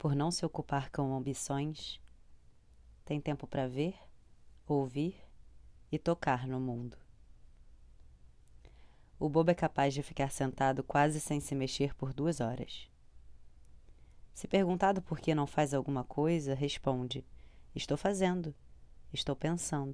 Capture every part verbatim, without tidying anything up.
por não se ocupar com ambições, tem tempo para ver, ouvir e tocar no mundo. O bobo é capaz de ficar sentado quase sem se mexer por duas horas. Se perguntado por que não faz alguma coisa, responde: estou fazendo, estou pensando.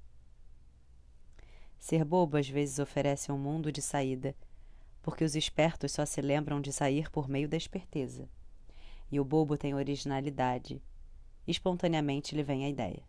Ser bobo às vezes oferece um mundo de saída, porque os espertos só se lembram de sair por meio da esperteza. E o bobo tem originalidade. Espontaneamente lhe vem a ideia.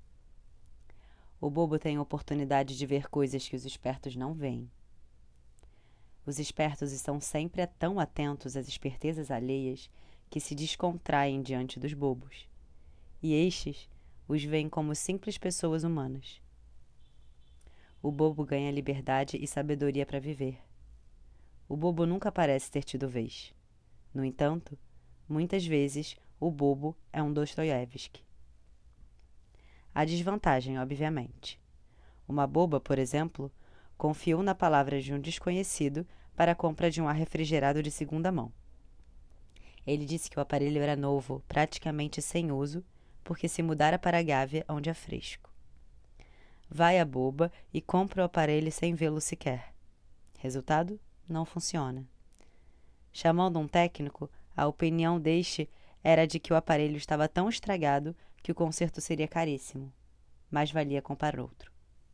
O bobo tem a oportunidade de ver coisas que os espertos não veem. Os espertos estão sempre tão atentos às espertezas alheias que se descontraem diante dos bobos. E estes os veem como simples pessoas humanas. O bobo ganha liberdade e sabedoria para viver. O bobo nunca parece ter tido vez. No entanto, muitas vezes o bobo é um Dostoiévski. Há desvantagem, obviamente. Uma boba, por exemplo, confiou na palavra de um desconhecido para a compra de um ar refrigerado de segunda mão. Ele disse que o aparelho era novo, praticamente sem uso, porque se mudara para a Gávea, onde é fresco. Vai a boba e compra o aparelho sem vê-lo sequer. Resultado? Não funciona. Chamando um técnico, a opinião deste era de que o aparelho estava tão estragado que o conserto seria caríssimo, mas valia comprar outro.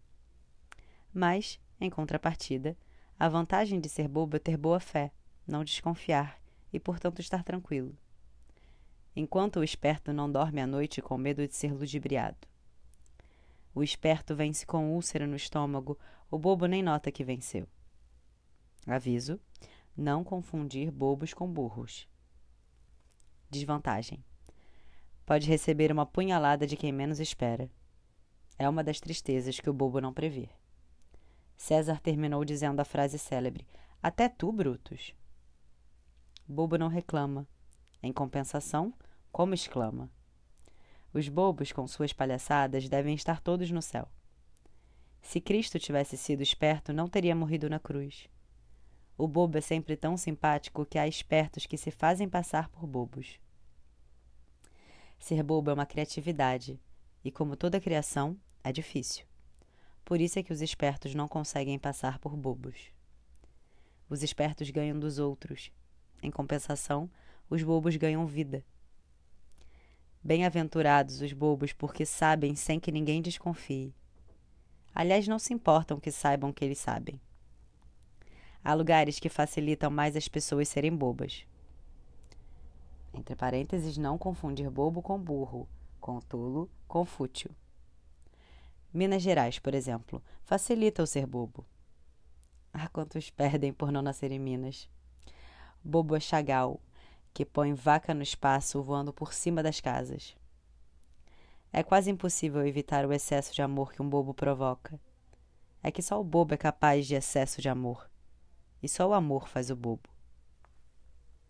Mas, em contrapartida, a vantagem de ser bobo é ter boa fé, não desconfiar e, portanto, estar tranquilo. Enquanto o esperto não dorme à noite com medo de ser ludibriado. O esperto vence com úlcera no estômago, o bobo nem nota que venceu. Aviso: não confundir bobos com burros. Desvantagem: pode receber uma punhalada de quem menos espera. É uma das tristezas que o bobo não prevê. César terminou dizendo a frase célebre: até tu, Brutus. Bobo não reclama. Em compensação, como exclama. Os bobos, com suas palhaçadas, devem estar todos no céu. Se Cristo tivesse sido esperto, não teria morrido na cruz. O bobo é sempre tão simpático que há espertos que se fazem passar por bobos. Ser bobo é uma criatividade, e como toda criação, é difícil. Por isso é que os espertos não conseguem passar por bobos. Os espertos ganham dos outros. Em compensação, os bobos ganham vida. Bem-aventurados os bobos, porque sabem sem que ninguém desconfie. Aliás, não se importam que saibam que eles sabem. Há lugares que facilitam mais as pessoas serem bobas. Entre parênteses, não confundir bobo com burro, com tolo com fútil. Minas Gerais, por exemplo, facilita o ser bobo. Ah, quantos perdem por não nascer em Minas. Bobo é Chagall, que põe vaca no espaço voando por cima das casas. É quase impossível evitar o excesso de amor que um bobo provoca. É que só o bobo é capaz de excesso de amor. E só o amor faz o bobo.